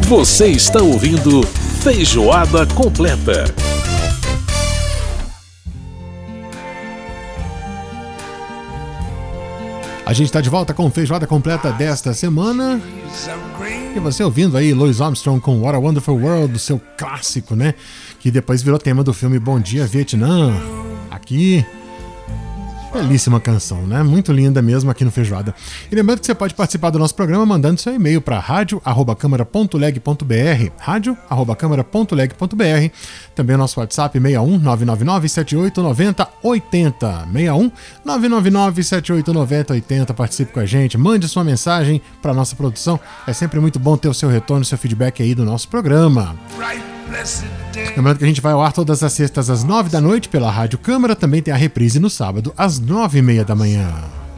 Você está ouvindo Feijoada Completa. A gente está de volta com Feijoada Completa desta semana. E você ouvindo aí Louis Armstrong com What a Wonderful World, do seu clássico, né? Que depois virou tema do filme Bom Dia Vietnã. Aqui. Belíssima canção, né? Muito linda mesmo aqui no Feijoada. E lembrando que você pode participar do nosso programa mandando seu e-mail para radio@câmara.leg.br, radio@câmara.leg.br. Também o nosso WhatsApp 61 999 78 90 80. 61 999 78 90 80. Participe com a gente, mande sua mensagem para nossa produção. É sempre muito bom ter o seu retorno, seu feedback aí do nosso programa. Lembrando que a gente vai ao ar todas as sextas às 9 da noite pela Rádio Câmara. Também tem a reprise no sábado às 9h30 da manhã.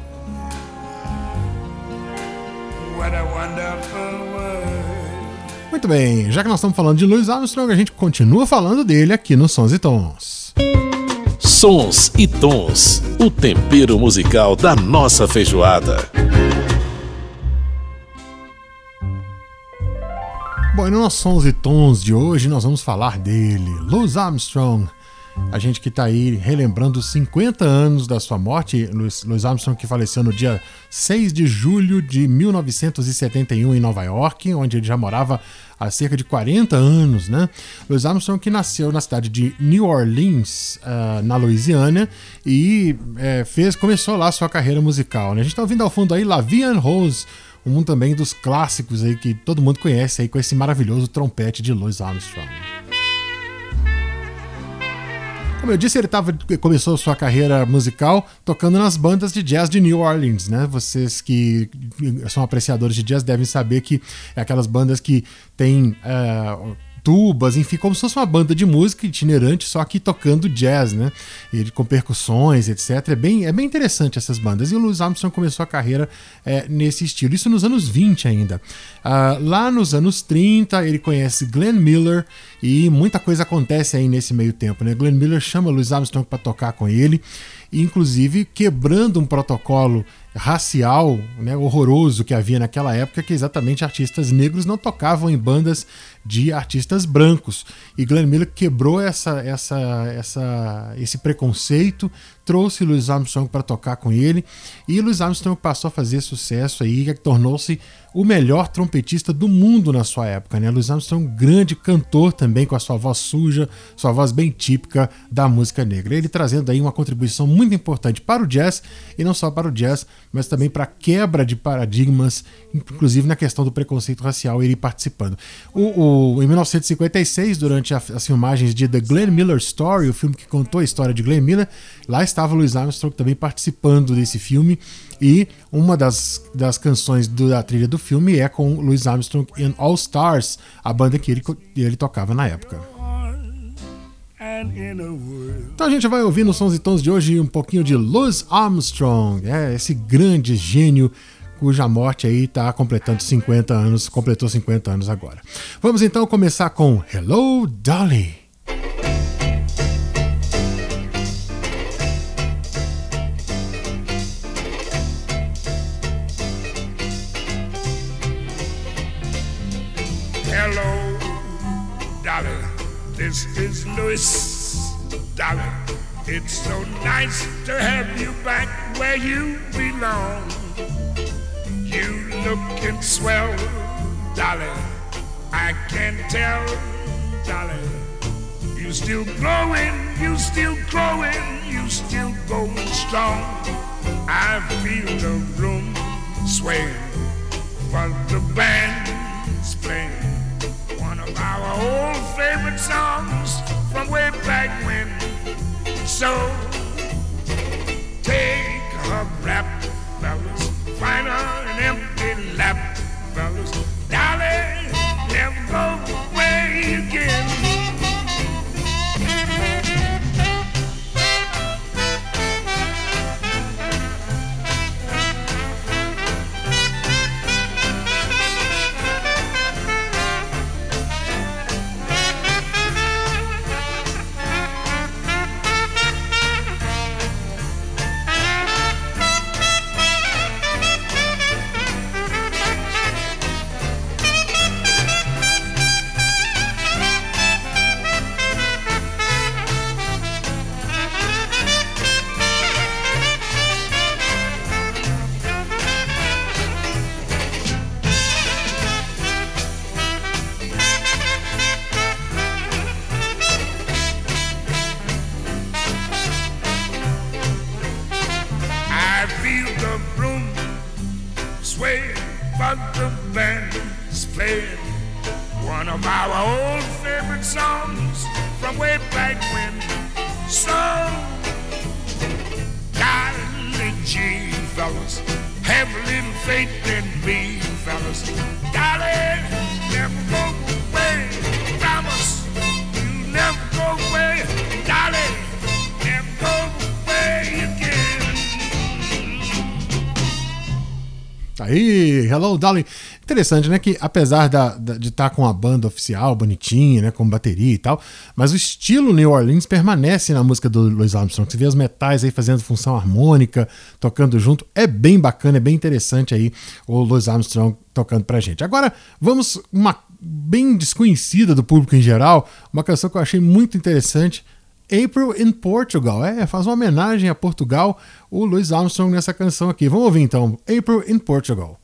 Muito bem, já que nós estamos falando de Louis Armstrong, a gente continua falando dele aqui no Sons e Tons. Sons e Tons, o tempero musical da nossa feijoada. Bom, e no nosso Sons e Tons de hoje nós vamos falar dele, Louis Armstrong. A gente que está aí relembrando os 50 anos da sua morte. Louis Armstrong, que faleceu no dia 6 de julho de 1971 em Nova York, onde ele já morava há cerca de 40 anos, né? Louis Armstrong, que nasceu na cidade de New Orleans, na Louisiana, e começou lá a sua carreira musical, né? A gente está ouvindo ao fundo aí La Vie en Rose, um também dos clássicos aí que todo mundo conhece aí, com esse maravilhoso trompete de Louis Armstrong. Como eu disse, ele começou sua carreira musical tocando nas bandas de jazz de New Orleans, né? Vocês que são apreciadores de jazz devem saber que é aquelas bandas que tem tubas, enfim, como se fosse uma banda de música itinerante, só que tocando jazz, né? Ele com percussões, etc. É bem interessante essas bandas. E o Louis Armstrong começou a carreira nesse estilo. Isso nos anos 20 ainda. Lá nos anos 30, ele conhece Glenn Miller e muita coisa acontece aí nesse meio tempo, né? Glenn Miller chama Louis Armstrong para tocar com ele, inclusive quebrando um protocolo racial, né, horroroso que havia naquela época, que exatamente artistas negros não tocavam em bandas de artistas brancos. E Glenn Miller quebrou esse preconceito, trouxe Louis Armstrong para tocar com ele, e Louis Armstrong passou a fazer sucesso aí, tornou-se o melhor trompetista do mundo na sua época, né? Louis Armstrong, grande cantor também, com a sua voz suja, sua voz bem típica da música negra. Ele trazendo aí uma contribuição muito importante para o jazz, e não só para o jazz, mas também para a quebra de paradigmas, inclusive na questão do preconceito racial, ele participando. Em 1956, durante as filmagens de The Glenn Miller Story, o filme que contou a história de Glenn Miller, lá estava Louis Armstrong também participando desse filme, e uma das canções da trilha do filme é com Louis Armstrong and All Stars, a banda que ele tocava na época. Então a gente vai ouvir nos Sons e Tons de hoje um pouquinho de Louis Armstrong, esse grande gênio cuja morte aí está completando 50 anos, completou 50 anos agora. Vamos então começar com Hello, Dolly. Hello, Dolly, this is Louis. Dolly, it's so nice to have you back where you belong. You lookin' swell, Dolly, I can tell, Dolly. You still growing, you still growing, you still going strong. I feel the room swaying while the band's playing one of our old favorite songs from way back when. So take a rap, fellas, find her an empty lap, fellas. Dolly, never go away again. but the band's playing one of our old favorite songs from way back when. So, golly gee, fellas, have a little faith in me, fellas. Golly, never go away, promise you never go away. Golly, never go away again. Aí, Hello Darling. Interessante, né? Que apesar de estar com a banda oficial, bonitinha, né? Com bateria e tal, mas o estilo New Orleans permanece na música do Louis Armstrong. Você vê os metais aí fazendo função harmônica, tocando junto. É bem bacana, é bem interessante aí o Louis Armstrong tocando pra gente. Agora, vamos uma bem desconhecida do público em geral, uma canção que eu achei muito interessante. April in Portugal, faz uma homenagem a Portugal, o Louis Armstrong nessa canção aqui. Vamos ouvir então, April in Portugal.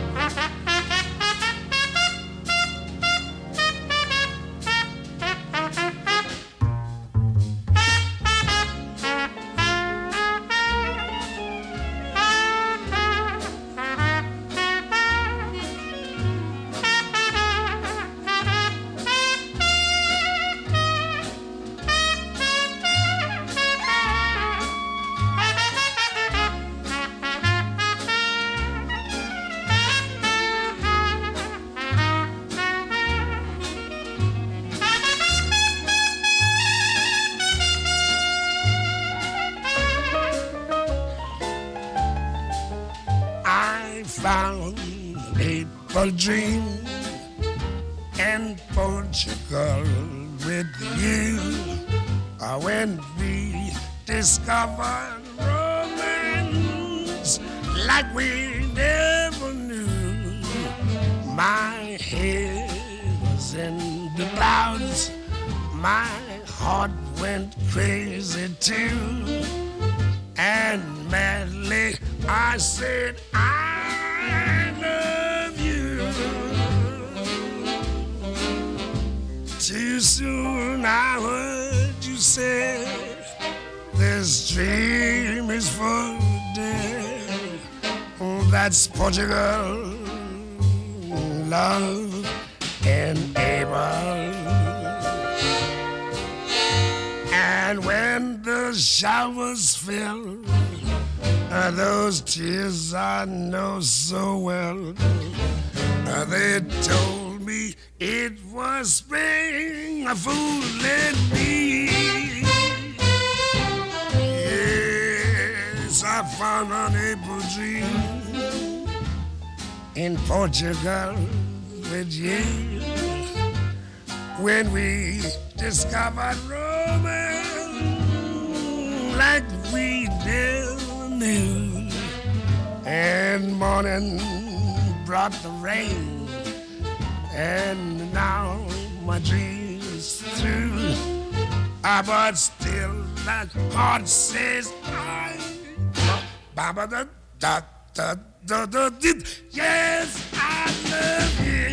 Found a dream in Portugal with you. When we discovered romance like we never knew. My head was in the clouds, my heart went crazy too, and madly I said I love you. Too soon I heard you say this dream is for dead. Oh, that's Portugal, love and April. And when the showers fell, those tears I know so well, they told me it was spring, fooling me. Yes, I found an April dream in Portugal with you. When we discovered romance like we never knew, and morning brought the rain, and now my dream is through. But still that heart says I yes, I love you.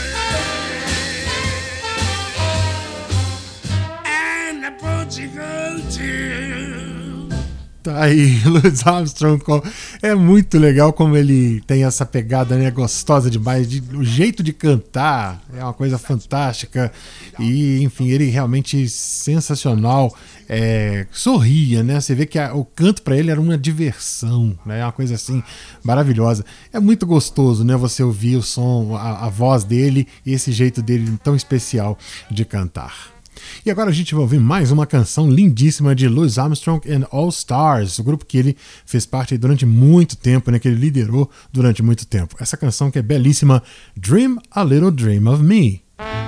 And Portugal too. Tá aí, Louis Armstrong. É muito legal como ele tem essa pegada, né, gostosa demais, o jeito de cantar é uma coisa fantástica e, enfim, ele realmente sensacional, sorria, né, você vê que o canto para ele era uma diversão, né, uma coisa assim maravilhosa. É muito gostoso, né, você ouvir o som, a voz dele e esse jeito dele tão especial de cantar. E agora a gente vai ouvir mais uma canção lindíssima de Louis Armstrong and All Stars, o grupo que ele fez parte durante muito tempo, né, que ele liderou durante muito tempo. Essa canção que é belíssima, Dream a Little Dream of Me.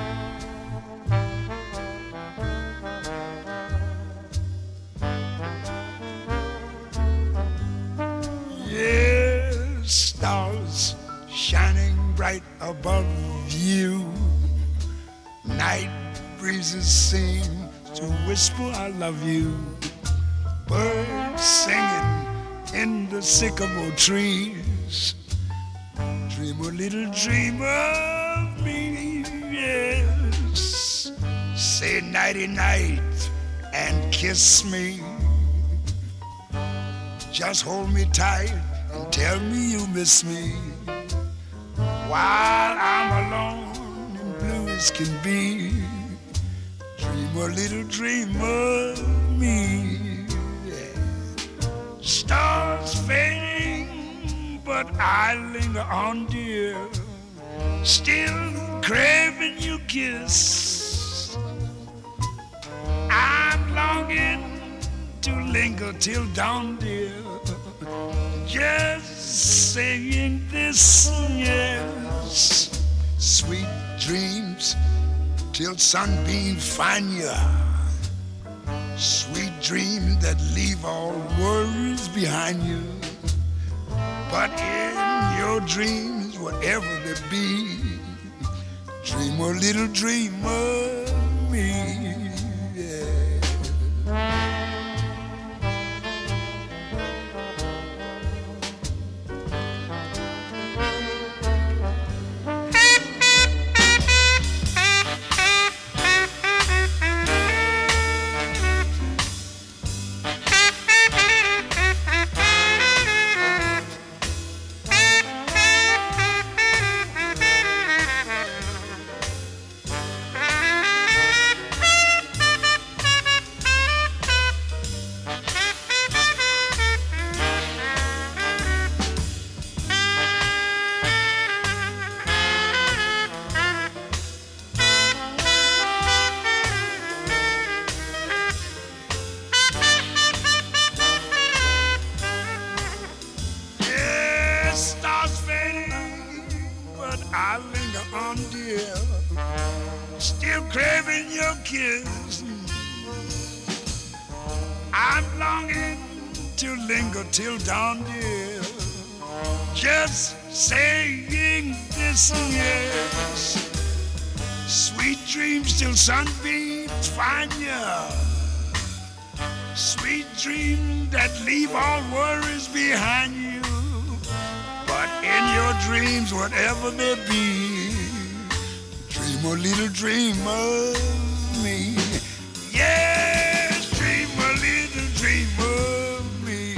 Yes, stars shining bright above you. Night breezes seem to whisper I love you. Birds singing in the sycamore trees. Dream a little dream of me, yes. Say nighty night and kiss me. Just hold me tight and tell me you miss me. while I'm alone and blue as can be. Dream a little dream of me. Stars fading, but I linger on, dear, still craving your kiss. I'm longing to linger till dawn, dear, just saying this, yes. Sweet dreams till sunbeams find you. Sweet dreams that leave all worries behind you. But in your dreams, whatever they be, dream a little dream of me. Yeah. Still craving your kiss. I'm longing to linger till dawn, dear, just saying this, yes. Sweet dreams till sunbeams find ya. Sweet dreams that leave all worries behind you. But in your dreams, whatever they be, dream a little dream of me. Yes, dream a little dream of me.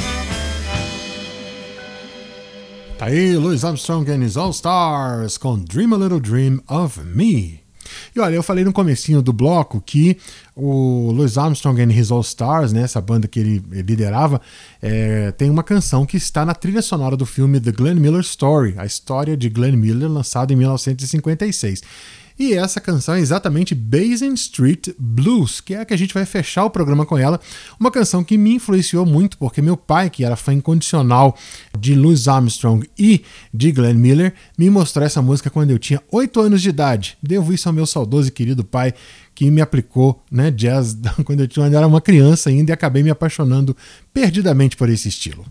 Tá aí, Louis Armstrong and his All Stars com Dream a Little Dream of Me. E olha, eu falei no comecinho do bloco que o Louis Armstrong and his All Stars, né, essa banda que ele liderava, tem uma canção que está na trilha sonora do filme The Glenn Miller Story, a história de Glenn Miller, lançado em 1956. E essa canção é exatamente Basin Street Blues, que é a que a gente vai fechar o programa com ela. Uma canção que me influenciou muito, porque meu pai, que era fã incondicional de Louis Armstrong e de Glenn Miller, me mostrou essa música quando eu tinha 8 anos de idade. Devo isso ao meu saudoso e querido pai, que me aplicou, né, jazz quando eu era uma criança ainda, e acabei me apaixonando perdidamente por esse estilo.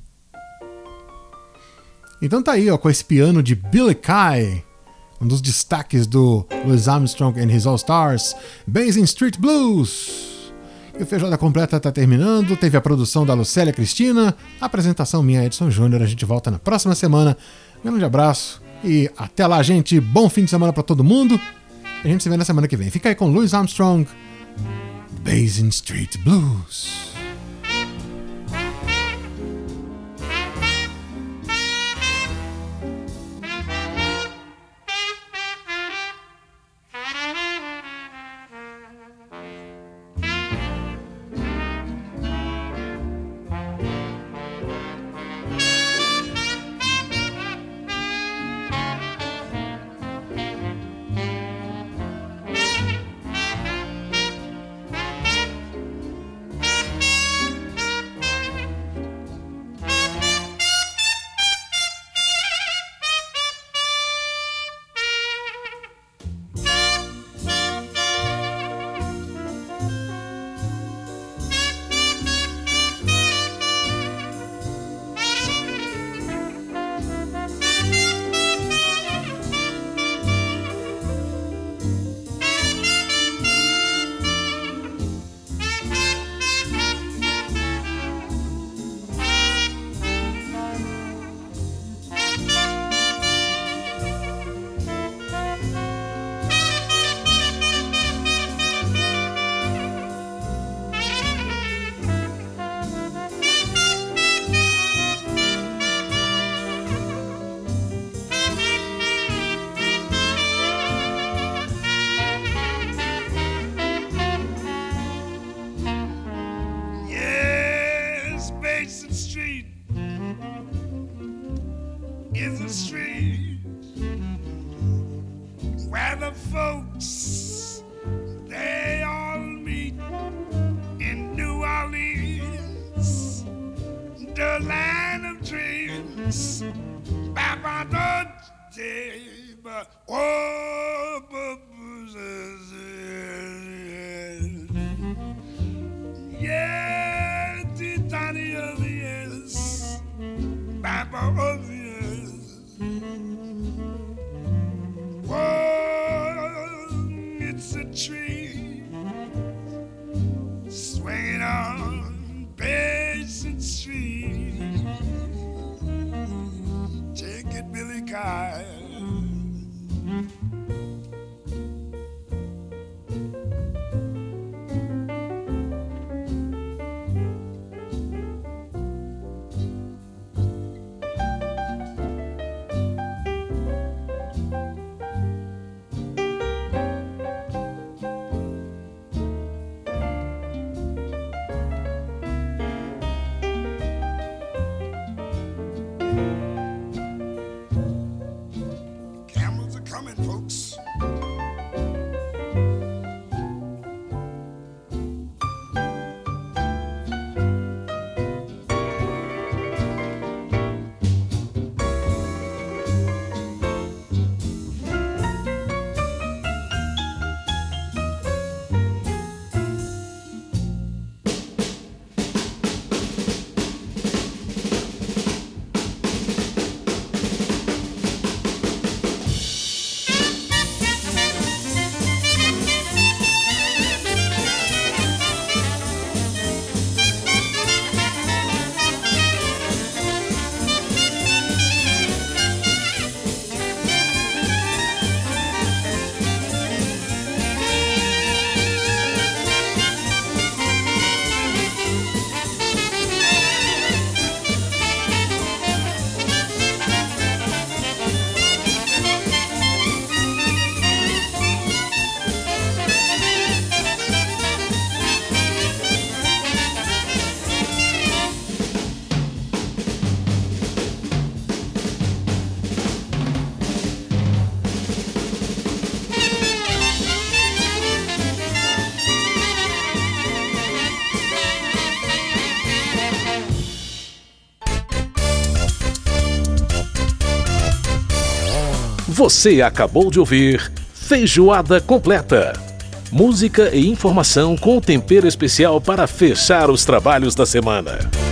Então tá aí, ó, com esse piano de Billy Kay, um dos destaques do Louis Armstrong and his All Stars, Basin Street Blues. E o Feijoada Completa está terminando, teve a produção da Lucélia Cristina, a apresentação minha, Edson Júnior. A gente volta na próxima semana. Um grande abraço e até lá, gente. Bom fim de semana para todo mundo. A gente se vê na semana que vem. Fica aí com Louis Armstrong, Basin Street Blues. the folks, they all meet in New Orleans, the land of dreams. Papa yeah, Titania is Papa it's a tree swinging on Basin Street. Take it, Billy Kyle. Você acabou de ouvir Feijoada Completa. Música e informação com tempero especial para fechar os trabalhos da semana.